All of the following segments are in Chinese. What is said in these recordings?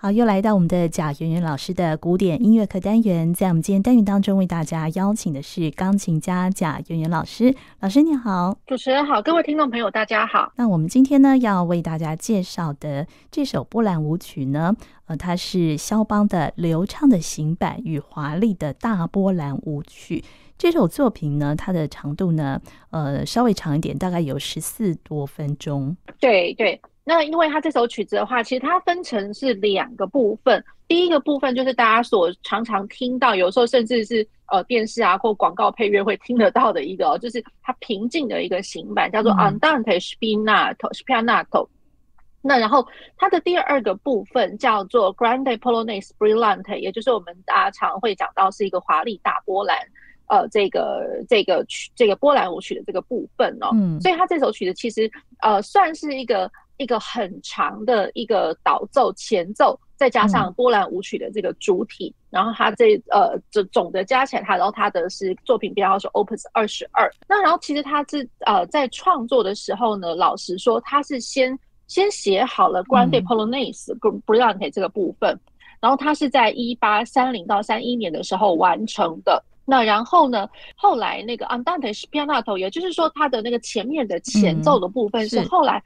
好，又来到我们的贾圆圆老师的古典音乐课单元，在我们今天单元当中为大家邀请的是钢琴家贾圆圆老师。老师你好。 主持人好，各位听众朋友大家好。 那我们今天呢要为大家介绍的这首波兰舞曲呢，它是肖邦的流畅的行板与华丽的大波兰舞曲。这首作品呢，它的长度呢，稍微长一点，大概有14多分钟。 对对。那因为它这首曲子的话，其实它分成是2个部分。第一个部分就是大家所常常听到，有时候甚至是电视啊或广告配乐会听得到的一个就是它平静的一个行板，叫做 Andante Spianato。那然后它的第二个部分叫做 Grande Polonaise Brillante， 也就是我们大家常会讲到是一个华丽大波兰。这个波兰舞曲的这个部分哦，所以它这首曲子其实算是一个很长的一个导奏前奏，再加上波兰舞曲的这个主体，然后它这总的加起来然后它的是作品编号是 Opus 22。那然后其实它是在创作的时候呢，老实说它是先写好了 Grande Polonaise Brillante 这个部分，然后它是在1830到31年的时候完成的。那然后呢，后来那个 Andante Spianato， 也就是说它的那个前面的前奏的部分是后来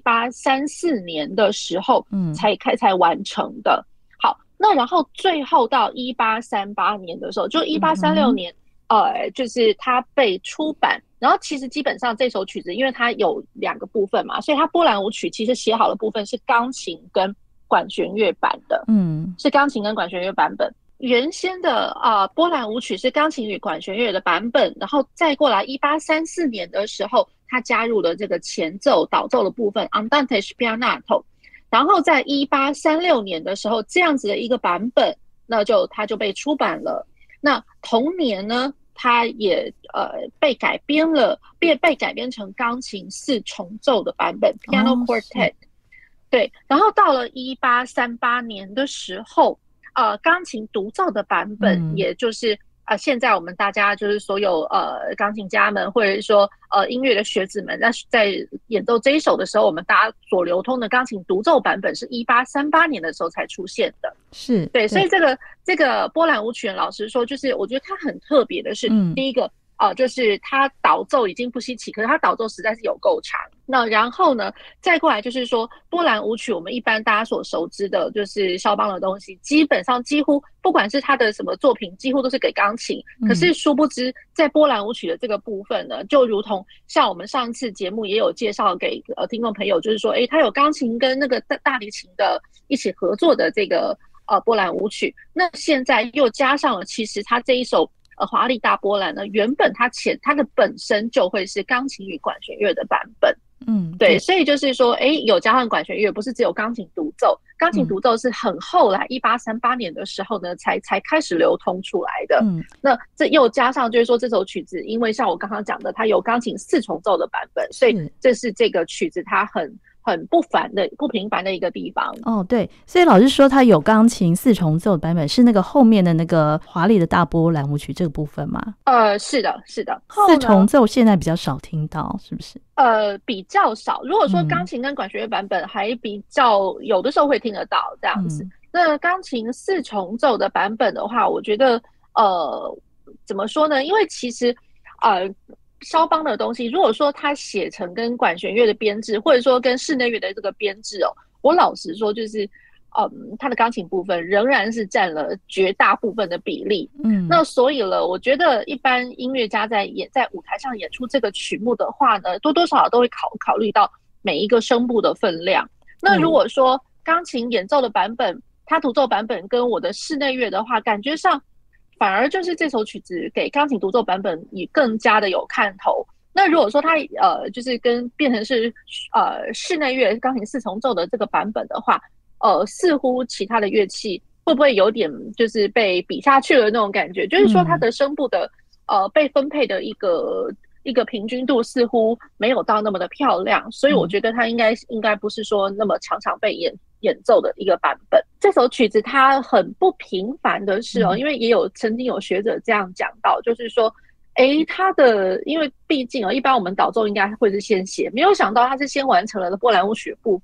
1834年的时候才完成的。好，那然后最后到1838年的时候，就1836年就是它被出版。然后其实基本上这首曲子因为它有2个部分嘛，所以它波兰舞曲其实写好的部分是钢琴跟管弦乐版的。是钢琴跟管弦乐版本。原先的波兰舞曲是钢琴与管弦乐的版本，然后再过来1834年的时候，它加入了这个前奏导奏的部分 Andante Spianato， 然后在1836年的时候，这样子的一个版本，它就被出版了。那同年呢，它也被改编成钢琴4重奏的版本 Piano Quartet。对，然后到了1838年的时候。钢琴独奏的版本，也就是现在我们大家就是所有钢琴家们或者说音乐的学子们，在演奏这一首的时候，我们大家所流通的钢琴独奏版本是1838年的时候才出现的。 是对，所以这个波兰舞曲，老实说，就是我觉得它很特别的是，第一个就是它导奏已经不稀奇，可是它导奏实在是有够长。那然后呢，再过来就是说，波兰舞曲我们一般大家所熟知的，就是肖邦的东西，基本上几乎不管是他的什么作品，几乎都是给钢琴。可是殊不知，在波兰舞曲的这个部分呢，就如同像我们上次节目也有介绍给听众朋友，就是说，它有钢琴跟那个大提琴的一起合作的这个波兰舞曲。那现在又加上了，其实它这一首。华丽大波兰呢，原本它的本身就会是钢琴与管弦乐的版本。对，所以就是说，有加上管弦乐，不是只有钢琴独奏。钢琴独奏是很后来1838年的时候呢，才开始流通出来的。那这又加上就是说，这首曲子，因为像我刚刚讲的，它有钢琴4重奏的版本，所以这是这个曲子它很不平凡的一个地方。 对，所以老师说他有钢琴4重奏的版本，是那个后面的那个华丽的大波兰舞曲这个部分吗？ 是的 4重奏现在比较少听到，是不是？ 比较少。如果说钢琴跟管弦乐版本还比较有的时候会听得到这样子。那钢琴4重奏的版本的话，我觉得怎么说呢？因为其实肖邦的东西，如果说他写成跟管弦乐的编制，或者说跟室内乐的这个编制我老实说，就是他的钢琴部分仍然是占了绝大部分的比例。那所以了，我觉得一般音乐家在舞台上演出这个曲目的话呢，多多少少都会考虑到每一个声部的分量。那如果说钢琴演奏的版本，它独奏版本跟我的室内乐的话，感觉上反而就是这首曲子给钢琴独奏版本也更加的有看头。那如果说它就是变成是室内乐钢琴4重奏的这个版本的话，似乎其他的乐器会不会有点就是被比下去了那种感觉？就是说它的声部的被分配的一个平均度似乎没有到那么的漂亮，所以我觉得它应该不是说那么常常被演奏的一个版本。这首曲子它很不平凡的是因为也曾经有学者这样讲到，就是说它的因为毕竟一般我们导奏应该会是先写，没有想到它是先完成了波兰舞曲的部分，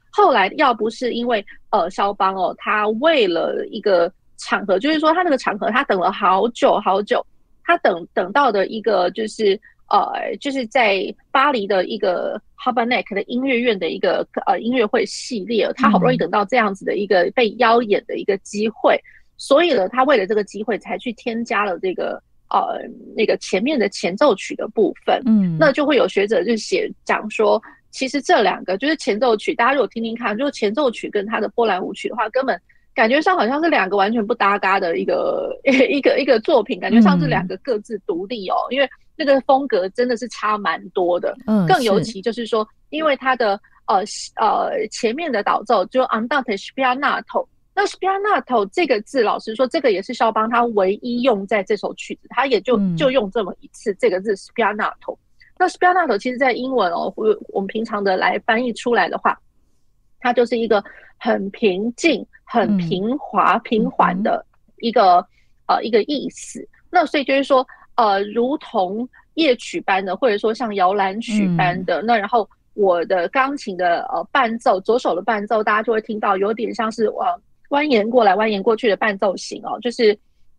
后来要不是因为肖邦他为了一个场合，就是说他那个场合他等了好久好久，他等到的一个就是在巴黎的一个 Habernack 的音乐院的一个音乐会系列，他好不容易等到这样子的一个被邀演的一个机会，所以呢，他为了这个机会才去添加了这个那个前面的前奏曲的部分。那就会有学者就讲说，其实这两个就是前奏曲，大家如果听听看，就是前奏曲跟他的波兰舞曲的话，根本感觉上好像是两个完全不搭嘎的一个作品，感觉上是两个各自独立因为那个风格真的是差蛮多的。更尤其就是说，因为他的前面的导奏就 Andante Spianato， 那 Spianato 这个字，老实说，这个也是肖邦他唯一用在这首曲子，他也就用这么一次这个字 Spianato。那 Spianato 其实在英文我们平常的来翻译出来的话，它就是一个很平静、很平缓的一个意思。那所以就是说，如同夜曲般的，或者说像摇篮曲般的，那然后我的钢琴的伴奏，左手的伴奏，大家就会听到有点像是蜿蜒过来、蜿蜒过去的伴奏型就是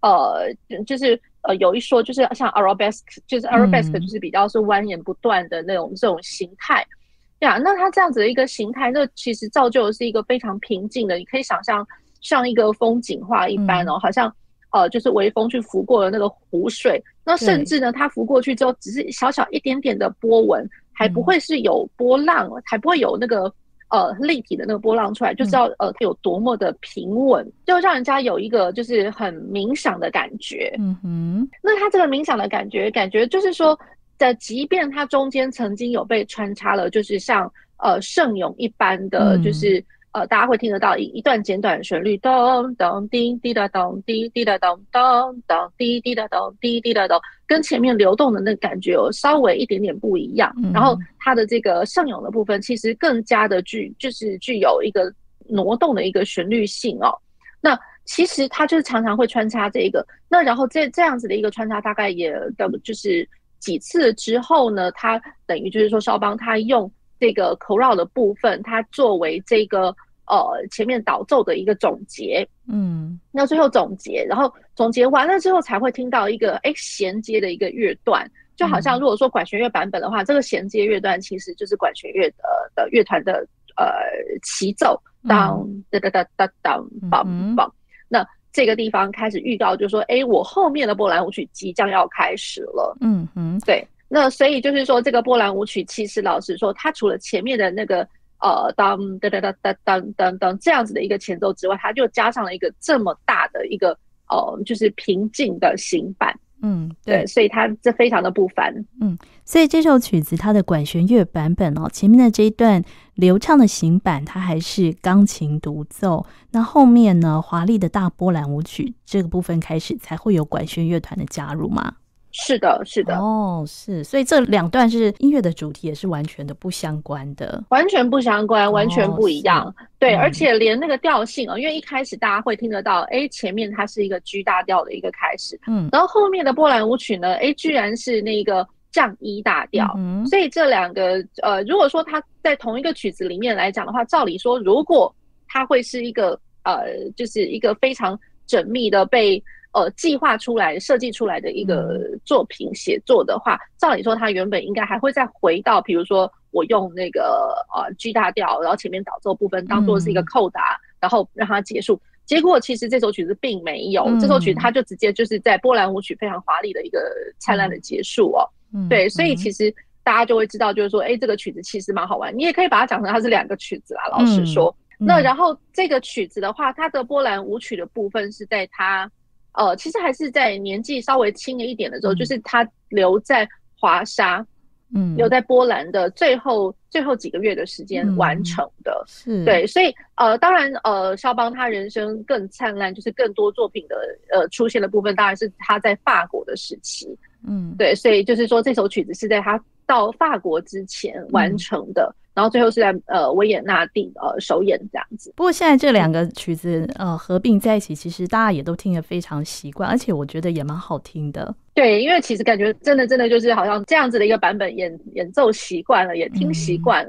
有一说就是像 arabesque， 就是 arabesque 就是比较是蜿蜒不断的这种形态。那它这样子的一个形态，那其实造就的是一个非常平静的，你可以想象像一个风景画一般好像就是微风去拂过了那个湖水，那甚至呢，它拂过去之后，只是小小一点点的波纹，还不会是有波浪，还不会有那个立体的那个波浪出来，就知道它有多么的平稳，就让人家有一个就是很冥想的感觉。那它这个冥想的感觉就是说即便它中间曾经有被穿插了，就是像圣咏一般的，就是大家会听得到一段简短的旋律，咚咚滴滴哒咚滴滴哒咚咚咚滴滴哒咚滴滴哒咚，跟前面流动的那个感觉有稍微一点点不一样。然后它的这个圣咏的部分，其实更加的具有一个挪动的一个旋律性那其实它就是常常会穿插这个，那然后这样子的一个穿插，大概也就是几次之后呢，它等于就是说肖邦他用这个口绕的部分，它作为这个前面导奏的一个总结。那最后总结，然后总结完了之后才会听到一个衔接的一个乐段，就好像如果说管弦乐版本的话，这个衔接乐段其实就是管弦乐的乐团的齐奏，当哒哒哒哒当梆梆。那这个地方开始预告，就说我后面的波兰舞曲即将要开始了。对。那所以就是说，这个波兰舞曲其实老实说，它除了前面的那个当哒哒哒哒当当当这样子的一个前奏之外，它就加上了一个这么大的一个就是平静的行板。对，所以它这非常的不凡。 所以这首曲子它的管弦乐版本前面的这一段流畅的行板，它还是钢琴独奏，那后面呢华丽的大波兰舞曲这个部分开始才会有管弦乐团的加入吗？ 是的，是的。 是，所以这两段是音乐的主题也是完全的不相关的， 完全不相关，完全不一样。对，而且连那个调性因为一开始大家会听得到，前面它是一个 G 大调的一个开始，然后后面的波兰舞曲呢，居然是那个降E大调，所以这两个如果说它在同一个曲子里面来讲的话，照理说，如果它会是一个就是一个非常缜密的被计划出来、设计出来的一个作品写作的话，照理说它原本应该还会再回到，比如说我用那个G 大调，然后前面导奏部分当做是一个扣打，然后让它结束。结果其实这首曲子并没有，这首曲它就直接就是在波兰舞曲非常华丽的一个灿烂的结束对，所以其实大家就会知道，就是说，这个曲子其实蛮好玩。你也可以把它讲成它是两个曲子啦，老实说。那然后这个曲子的话，它的波兰舞曲的部分是在它其实还是在年纪稍微轻了一点的时候，就是他留在华沙，留在波兰的最后几个月的时间完成的。 是， 对，所以当然肖邦他人生更灿烂，就是更多作品的出现的部分，当然是他在法国的时期。对，所以就是说这首曲子是在他到法国之前完成的。然后最后是在维也纳首演这样子。不过现在这两个曲子合并在一起，其实大家也都听得非常习惯，而且我觉得也蛮好听的。 对，因为其实感觉真的就是好像这样子的一个版本演奏习惯了，也听习惯了。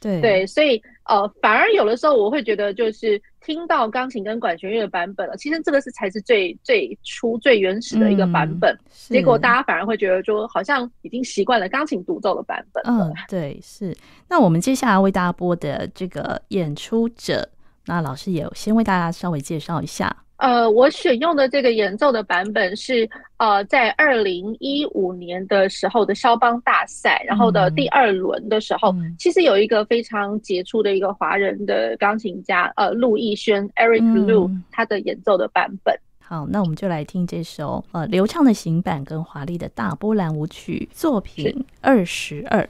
对， 对，所以反而有的时候我会觉得，就是听到钢琴跟管弦乐的版本了，其实这个才是最初最原始的一个版嗯， 本。结果大是， 家反而会觉得说，好像已经习惯了钢琴独奏的版本了。 对，是。那我们接下来为大家播的这个演出者，那老师也先为大家稍微介绍一下。 我选用的这个演奏的版本是在2015年的时候的肖邦大赛，然后的第嗯二轮的时候， 嗯其实有一个非常杰出的一个华人的钢琴家，陆逸轩 Eric Liu 嗯， 他的演奏的版本。 好，那我们就来听这首流畅的行板跟华丽的大波兰舞曲作是。 品22。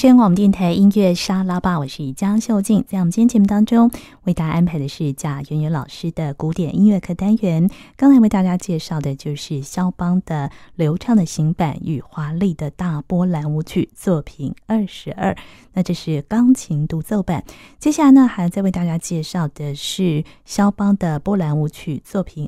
是广播电台音乐沙拉吧，我是江秀静。在我们今天节目当中，为大家安排的是贾圆圆老师的古典音乐课单元。刚才为大家介绍的就是肖邦的流畅的行板与华丽的大波兰舞曲作品22，那这是钢琴独奏版。接下来呢，还在为大家介绍的是肖邦的波兰舞曲作品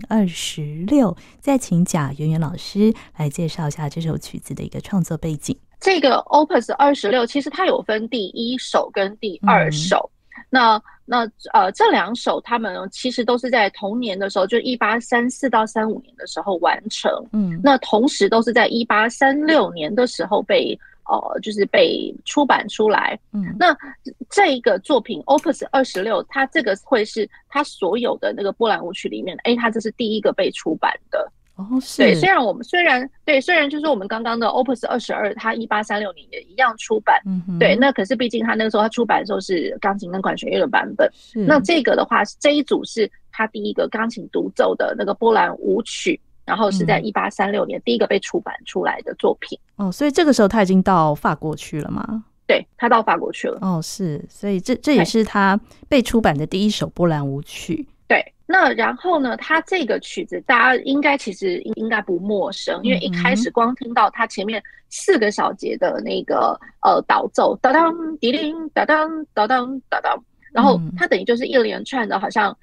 26。再请贾圆圆老师来介绍一下这首曲子的一个创作背景。 这个 Opus 26其实它有分第1首跟第2首，那这2首他们其实都是在同年的时候，就1834到35年的时候完成，那同时都是在1836年的时候就是被出版出来，那这个作品 Opus 26，它这个会是它所有的那个波兰舞曲里面，它这是第一个被出版的。 是对，虽然就是我们刚刚的 Opus 22，它1836年也一样出版，对，那可是毕竟它那个时候它出版的时候是钢琴跟管弦乐的版本，那这个的话，这一组是它第一个钢琴独奏的那个波兰舞曲，然后是在1836年第一个被出版出来的作品。 所以这个时候他已经到法国去了吗？ 对，他到法国去了。 是，所以这也是他被出版的第一首波兰舞曲。 对，那然后呢，他这个曲子大家其实应该不陌生，因为一开始光听到他前面4个小节的那个导奏，哒当滴铃哒当哒当哒当，然后它等于就是一连串的好像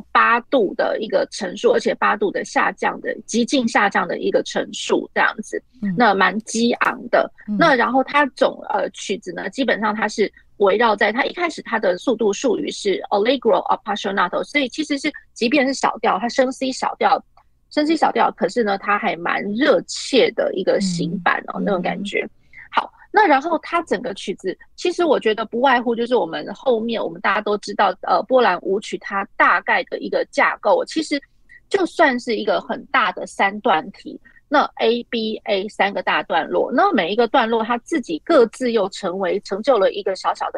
8度的一个陈述，而且8度的下降的激进下降的一个陈述这样子，那蛮激昂的。那然后它曲子呢，基本上它是围绕在它一开始它的速度术语是 Allegro appassionato， 所以其实是即便是小调，它升 C 小调，可是呢它还蛮热切的一个行板那种感觉。好，那然后它整个曲子其实我觉得不外乎就是我们后面我们大家都知道波兰舞曲它大概的一个架构，其实就算是一个很大的3段体，那 A、B、A 3个大段落，那每一个段落它自己各自又成就了一个小小的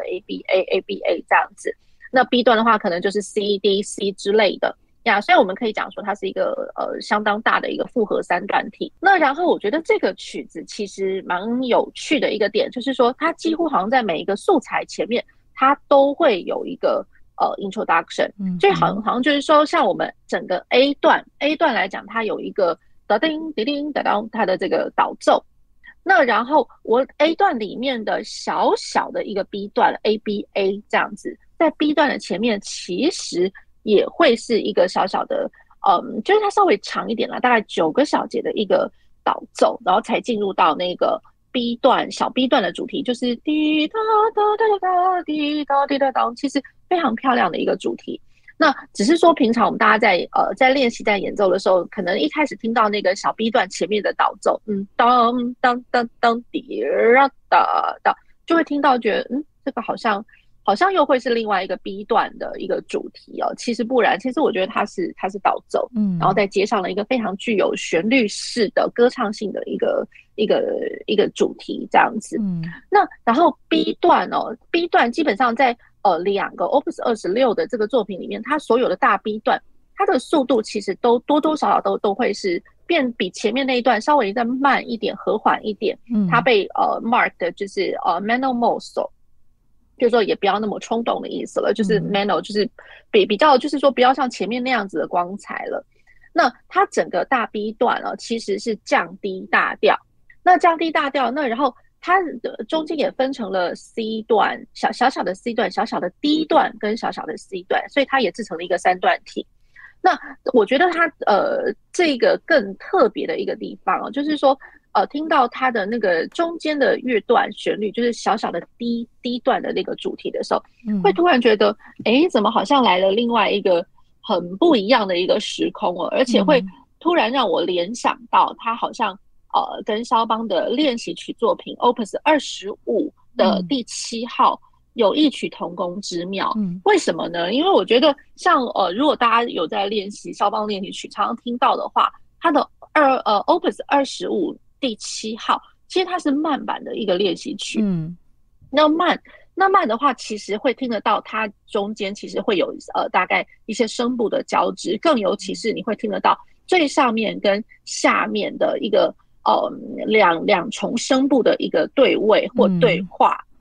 A-B-A 这样子。那 B 段的话可能就是 C、D、C 之类的呀，所以我们可以讲说它是一个相当大的一个复合3段体。那然后我觉得这个曲子其实蛮有趣的一个点，就是说它几乎好像在每一个素材前面它都会有一个introduction，就好像就是说像我们整个 A 段来讲，它有一个哒叮滴叮哒当它的这个导奏，那然后我 A 段里面的小小的一个 B 段 A、B、A 这样子，在 B 段的前面其实也会是一个小小的就是它稍微长一点啦，大概9个小节的一个导奏，然后才进入到那个 B 段小 B 段的主题，就是滴答答答答滴答滴答当，其实非常漂亮的一个主题。那只是说平常我们大家在练习在演奏的时候，可能一开始听到那个小 B 段前面的导奏当当当当滴哒哒，就会听到觉得这个好像又会是另外一个 B 段的一个主题其实不然，其实我觉得它是导奏，然后再接上了一个非常具有旋律式的歌唱性的一个主题这样子。那然后 B 段基本上在2个 Opus 26的这个作品里面，它所有的大 B 段，它的速度其实都多多少少都会是比前面那一段稍微再慢一点，和缓一点。它被mark 的就是meno mosso， 就是说也不要那么冲动的意思了，就是 meno 就是比较就是说不要像前面那样子的光彩了。那它整个大 B 段其实是降低大调，那降低大调，那然后它中间也分成了 C 段，小小的 C 段，小小的 D 段跟小小的 C 段，所以它也制成了一个3段体。那我觉得它这个更特别的一个地方就是说听到它的那个中间的乐段旋律，就是小小的 D 段的那个主题的时候，会突然觉得怎么好像来了另外一个很不一样的一个时空而且会突然让我联想到它好像跟肖邦的练习曲作品 Opus 25的第7号有异曲同工之妙。为什么呢？因为我觉得像如果大家有在练习肖邦练习曲常常听到的话，它的Opus 25第7号其实它是慢版的一个练习曲。那慢的话其实会听得到它中间其实会有大概一些声部的交织，更尤其是你会听得到最上面跟下面的一个两重声部的一个对位或对话。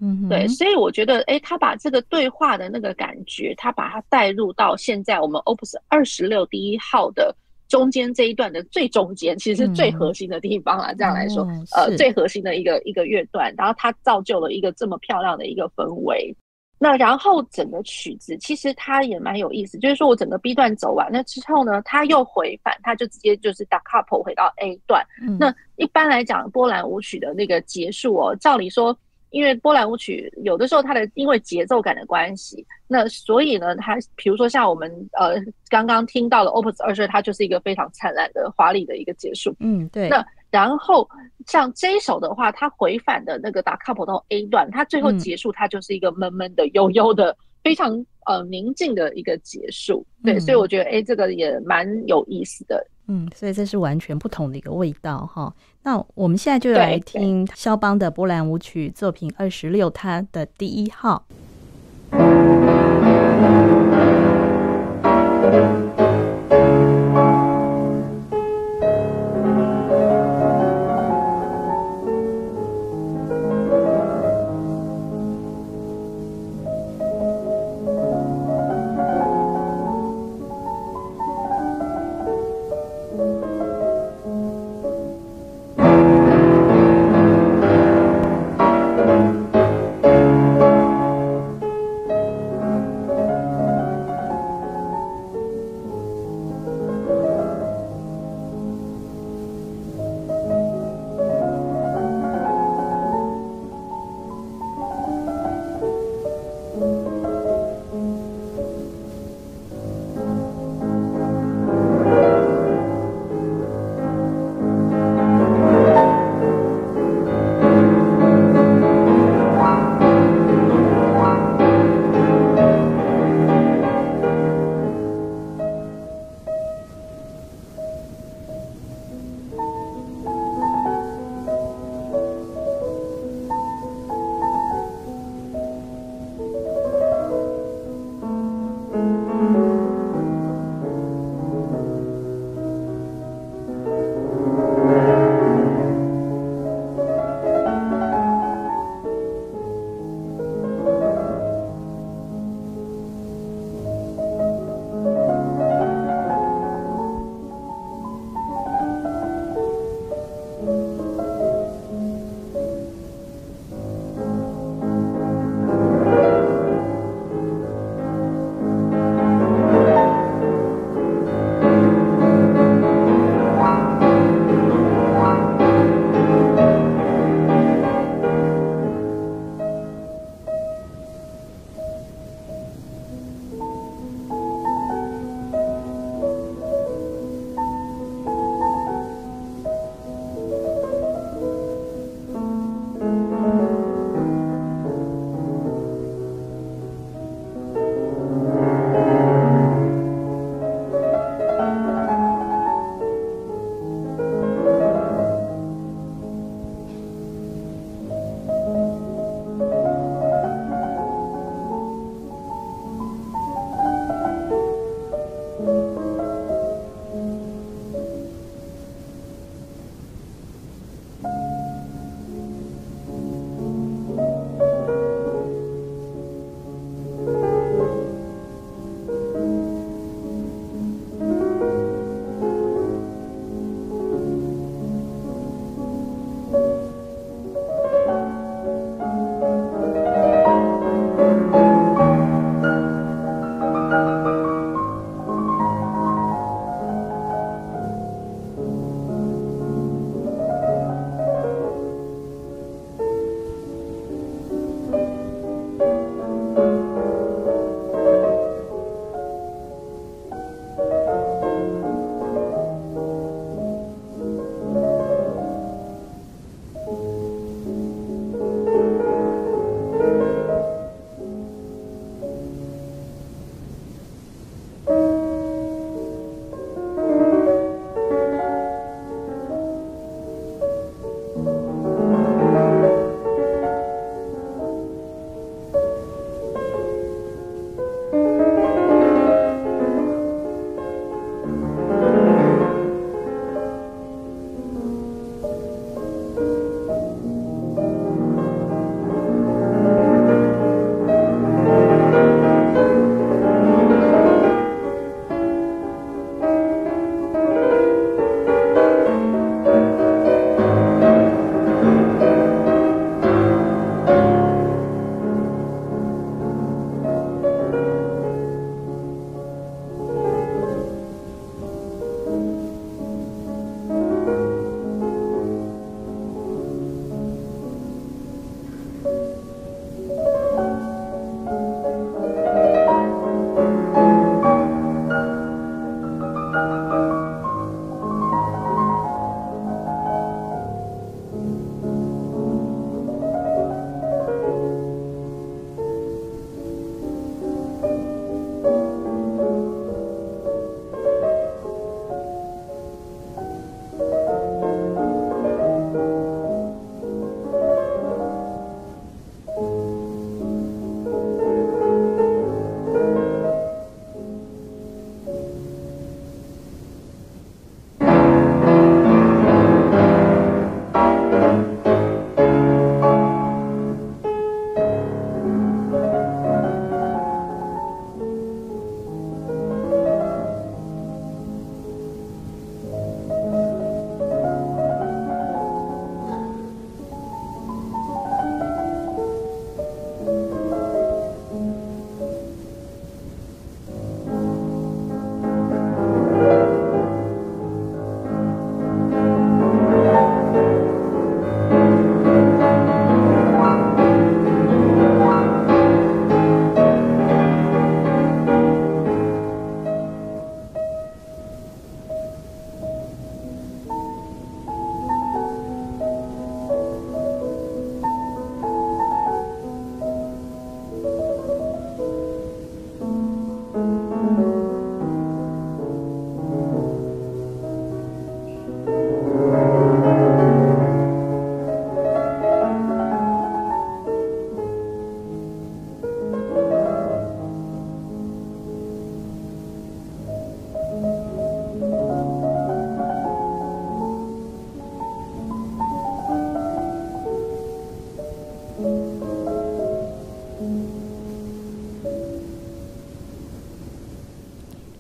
对， 嗯哼， 所以我觉得，他把这个对话的那个感觉，他把它带入到现在我们 Opus 26第1号的中间这一段的最中间，其实是最核嗯， 心的地方啦。这样来说， 哦，是， 最核心的一个乐段，然后它造就了一个这么漂亮的一个氛围。那然后整个曲子其实它也蛮有意思，就是说我整个 B 段走完了之后呢，它又回返，它就直接就是 da capo 回到 A 段。 嗯那一般来讲，波兰舞曲的那个结束哦，照理说，因为波兰舞曲有的时候它的因为节奏感的关系，那所以呢，它比如说像我们刚刚听到的 Opus 22，它就是一个非常灿烂的华丽的一个结束。 嗯，对， 那然后像这一首的话，它回返的那个打 couple 到 A 段，它最后嗯结束，它就是一个闷闷的、悠悠的、非常宁静的一个结束。对，所以我嗯觉得这个也蛮有意思的。 嗯，所以这是完全不同的一个味道哈。那我们现在就来对对。 听肖邦的波兰舞曲作品26，它的第1号。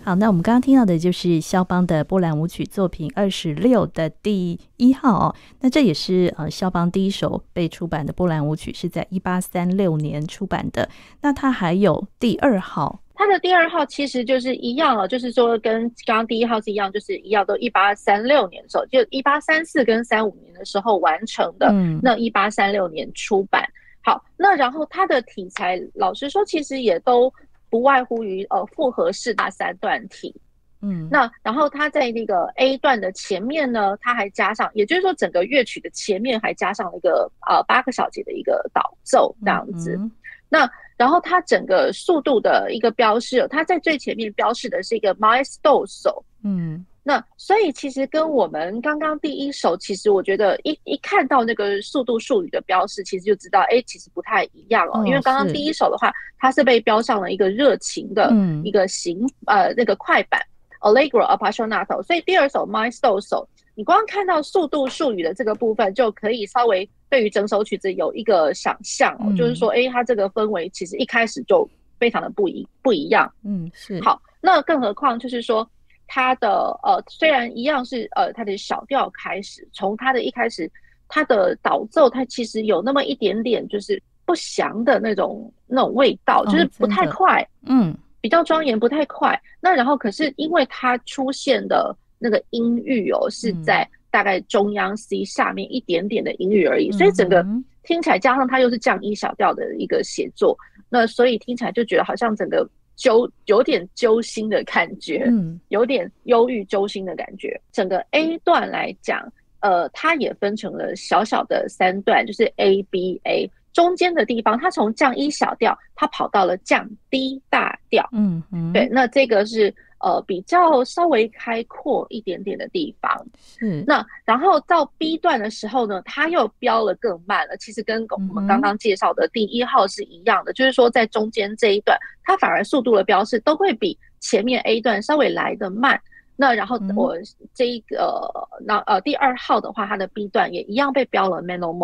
好，那我们刚刚听到的就是肖邦的波兰舞曲作品26的第1号哦。那这也是肖邦第一首被出版的波兰舞曲，是在1836年出版的。那它还有第2号， 它的第2号其实就是一样了，就是说跟刚刚第1号是一样，就是一样都1836年的时候，就1834跟35年的时候完成的，那1836年出版。好，那然后它的题材，老实说，其实也都不外乎于复合式大3段体。那然后它在那个 A 段的前面呢，它还加上，也就是说整个乐曲的前面还加上了一个8个小节的一个导奏这样子。那然后它整个速度的一个标示，它在最前面标示的是一个 maestoso。那所以其实跟我们刚刚第一首，其实我觉得一看到那个速度术语的标示，其实就知道其实不太一样哦。因为刚刚第一首的话，它是被标上了一个热情的一个那个快板 Allegro appassionato， 所以第2首 maestoso， 你光看到速度术语的这个部分，就可以稍微对于整首曲子有一个想象哦，就是说它这个氛围其实一开始就非常的不一样。 是。 好，那更何况就是说它的虽然一样是它的小调开始，从它的一开始，它的导奏它其实有那么一点点就是不详的那种味道，就是不太快，比较庄严，不太快。那然后可是因为它出现的那个音域是在大概中央 C 下面一点点的音域而已，所以整个听起来加上它又是降1小调的一个写作，那所以听起来就觉得好像整个有点揪心的感觉，有点忧郁揪心的感觉。整个 A 段来讲，它也分成了小小的3段，就是 ABA。中间的地方，它从降1小调，它跑到了降D 大调。对，那这个是比较稍微开阔一点点的地方。那然后到 B 段的时候呢，它又飙了更慢了。其实跟我们刚刚介绍的第1号是一样的，就是说在中间这一段，它反而速度的标示都会比前面 A 段稍微来得慢。那然后我这一个第2号的话，它的 B 段也一样被标了 meno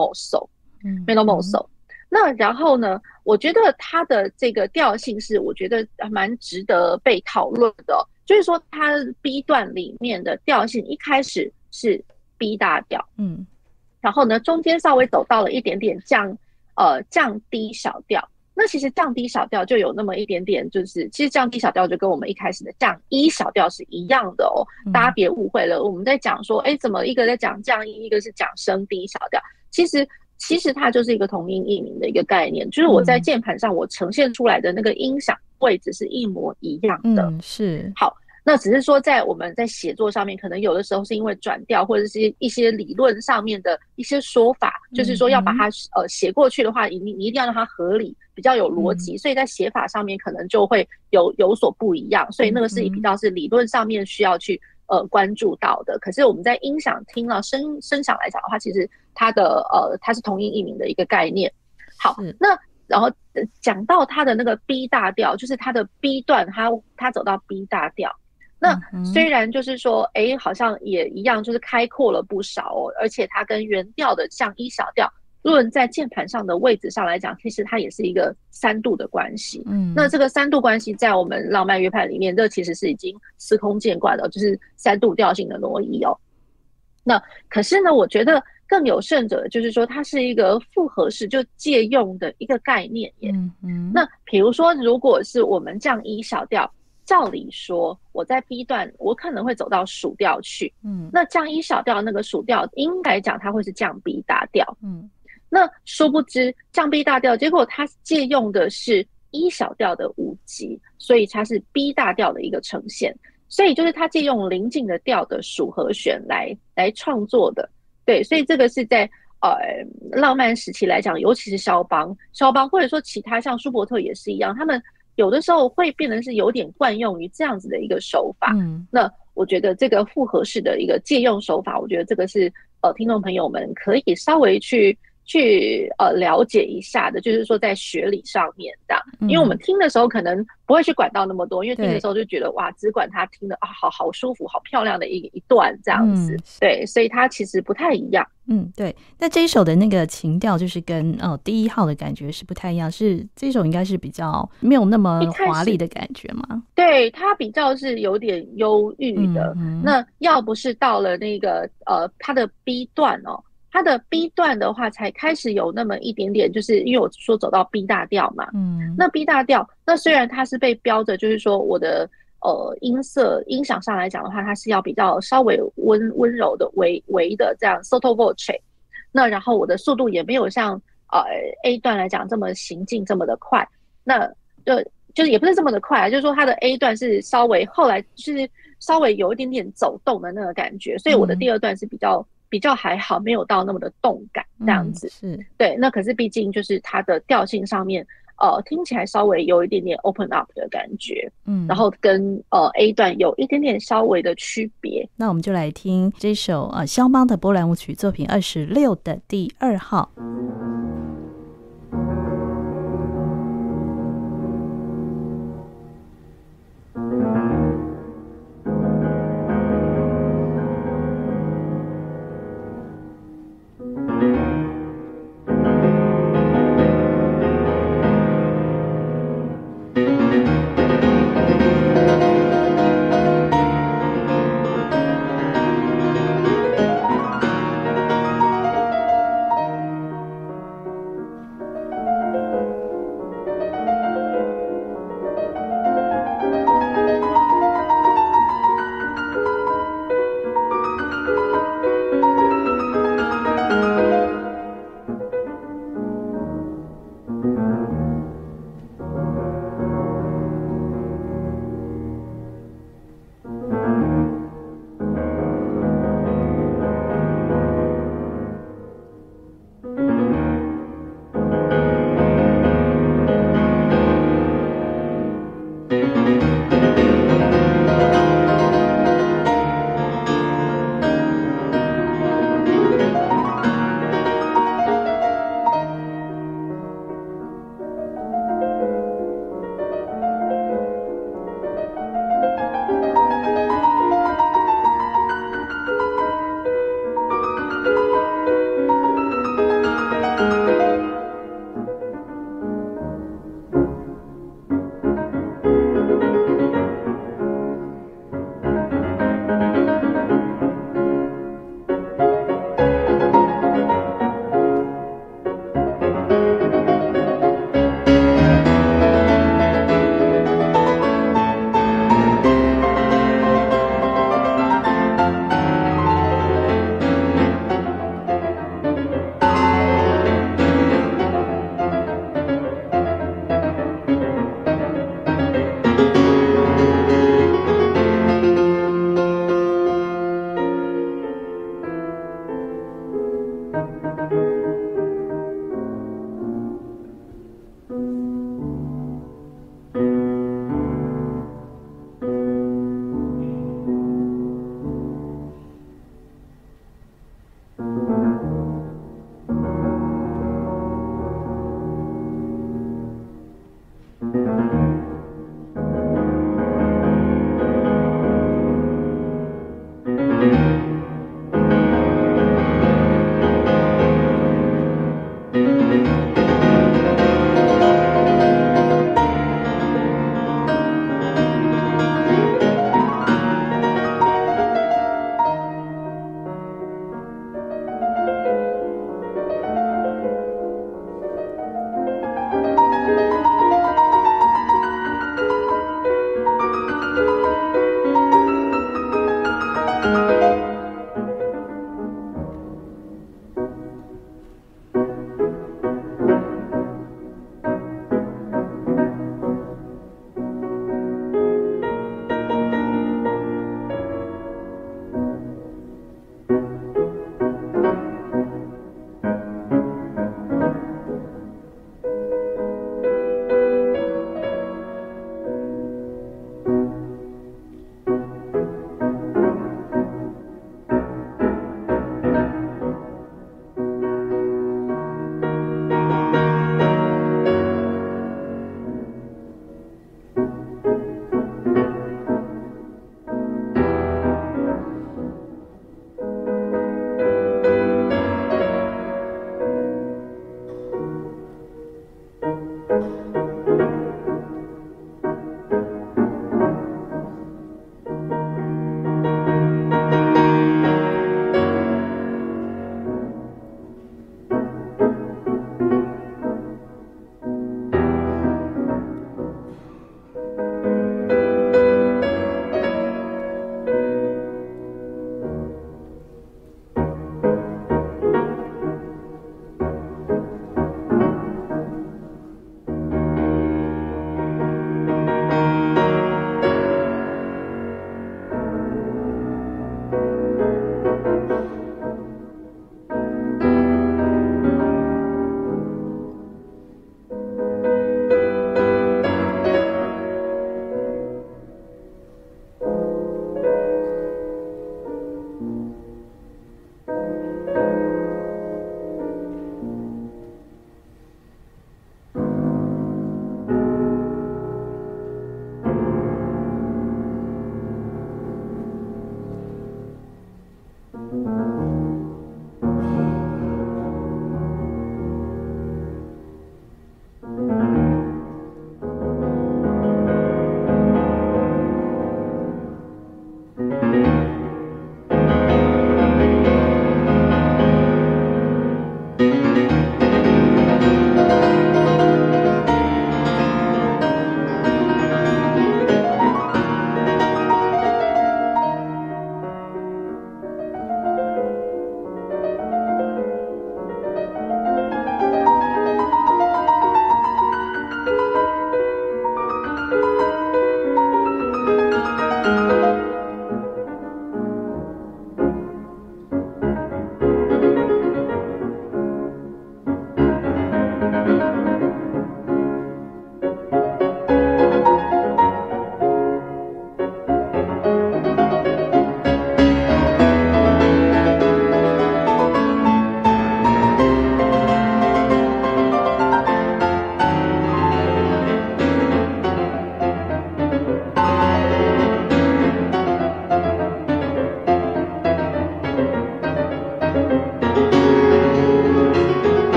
mosso。那然后呢，我觉得它的这个调性是我觉得蛮值得被讨论的，就是说它 B 段里面的调性一开始是 B 大调，然后呢中间稍微走到了一点点降低小调。那其实降低小调就有那么一点点，就是其实降低小调就跟我们一开始的降1小调是一样的哦，大家别误会了。我们在讲说，怎么一个在讲降1，一个是讲升低小调，其实它就是一个同音异名的一个概念，就是我在键盘上我呈现出来的那个音响位置是一模一样的。 是。 好，那只是说我们在写作上面，可能有的时候是因为转调或者是一些理论上面的一些说法，就是说要把它写过去的话，你一定要让它合理，比较有逻辑，所以在写法上面可能就会有所不一样，所以那个是比较是理论上面需要去关注到的。可是我们在音响听了声响来讲的话，其实它是同音异名的一个概念。好，那然后讲到它的那个 B 大调，就是它的 B 段，它走到 B 大调。那虽然就是说好像也一样，就是开阔了不少哦，而且它跟原调的降1小调论在键盘上的位置上来讲，其实它也是一个3度的关系。那这个3度关系在我们浪漫乐派里面，这其实是已经司空见惯了，就是3度调性的挪移哦。那可是呢，我觉得更有甚者的就是说，它是一个复合式，就借用的一个概念耶。那比如说，如果是我们降1小调，照理说我在 B 段我可能会走到属调去，那降1小调那个属调应该讲它会是降 B 大调，那殊不知降 B 大调，结果它借用的是1小调的5级，所以它是 B 大调的一个呈现，所以就是它借用邻近的调的属和弦来创作的。对，所以这个是在浪漫时期来讲，尤其是肖邦或者说其他像舒伯特也是一样，他们有的时候会变成是有点惯用于这样子的一个手法。那我觉得这个复合式的一个借用手法，我觉得这个是听众朋友们可以稍微去了解一下的，就是说在学理上面这样，因为我们听的时候可能不会去管到那么多，因为听的时候就觉得哇，只管他听的啊，好舒服，好漂亮的一段这样子，对，所以它其实不太一样。 对。那这一首的那个情调就是跟第一号的感觉是不太一样，是这首应该是比较没有那么华丽的感觉吗？ 对，它比较是有点忧郁的。那要不是到了那个它的 B 段哦。它的 B 段的话才开始有那么一点点，就是因为我说走到 B 大调嘛，那 B 大调，那虽然它是被标着，就是说我的音响上来讲的话，它是要比较稍微温柔的微的这样 sotto voce， 那然后我的速度也没有像A 段来讲这么行进这么的快，那就是也不是这么的快，就是说它的 A 段是稍微后来就是稍微有一点点走动的那个感觉，所以我的第二段是比较还好，没有到那么的动感这样子。 是对，那可是毕竟就是它的调性上面，听起来稍微有一点点 open up 的感觉，然后跟A 段有一点点稍微的区别。 那我们就来听这首肖邦的波兰舞曲作品26的第2号。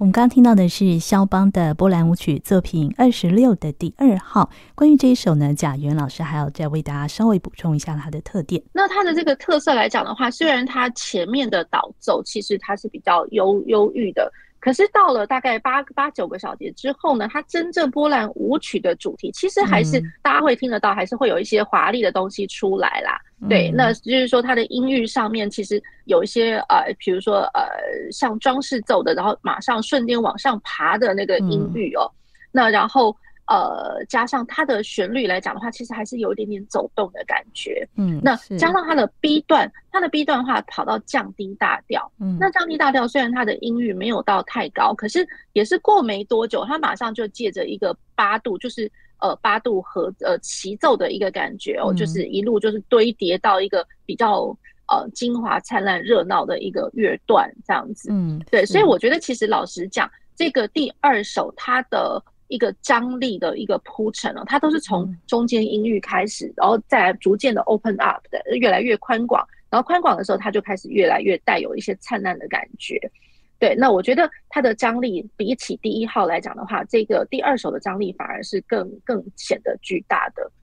们刚刚听到的是肖邦的波兰舞曲作品26的第2号。关于这一首呢，贾元老师还要再为大家稍微补充一下它的特点。 那它的这个特色来讲的话，虽然它前面的导奏其实它是比较忧郁的，可是到了大概八九个小节之后呢，它真正波兰舞曲的主题其实还是大家会听得到，还是会有一些华丽的东西出来啦。对，那就是说它的音域上面其实有一些比如说像装饰奏的，然后马上瞬间往上爬的那个音域哦。那然后加上它的旋律来讲的话，其实还是有一点点走动的感觉。那加上它的 B 段的话跑到降低大调。那降低大调虽然它的音域没有到太高，可是也是过没多久，它马上就借着一个8度，就是8度和齐奏的一个感觉哦，就是一路就是堆叠到一个比较精华灿烂热闹的一个乐段这样子。对，所以我觉得其实老实讲，这个第2首它的一个张力的一个铺陈哦，它都是从中间音域开始，然后再逐渐的 open up 的，越来越宽广，然后宽广的时候它就开始越来越带有一些灿烂的感觉。对，那我觉得它的张力比起第1号来讲的话，这个第2首的张力反而是更显得巨大的。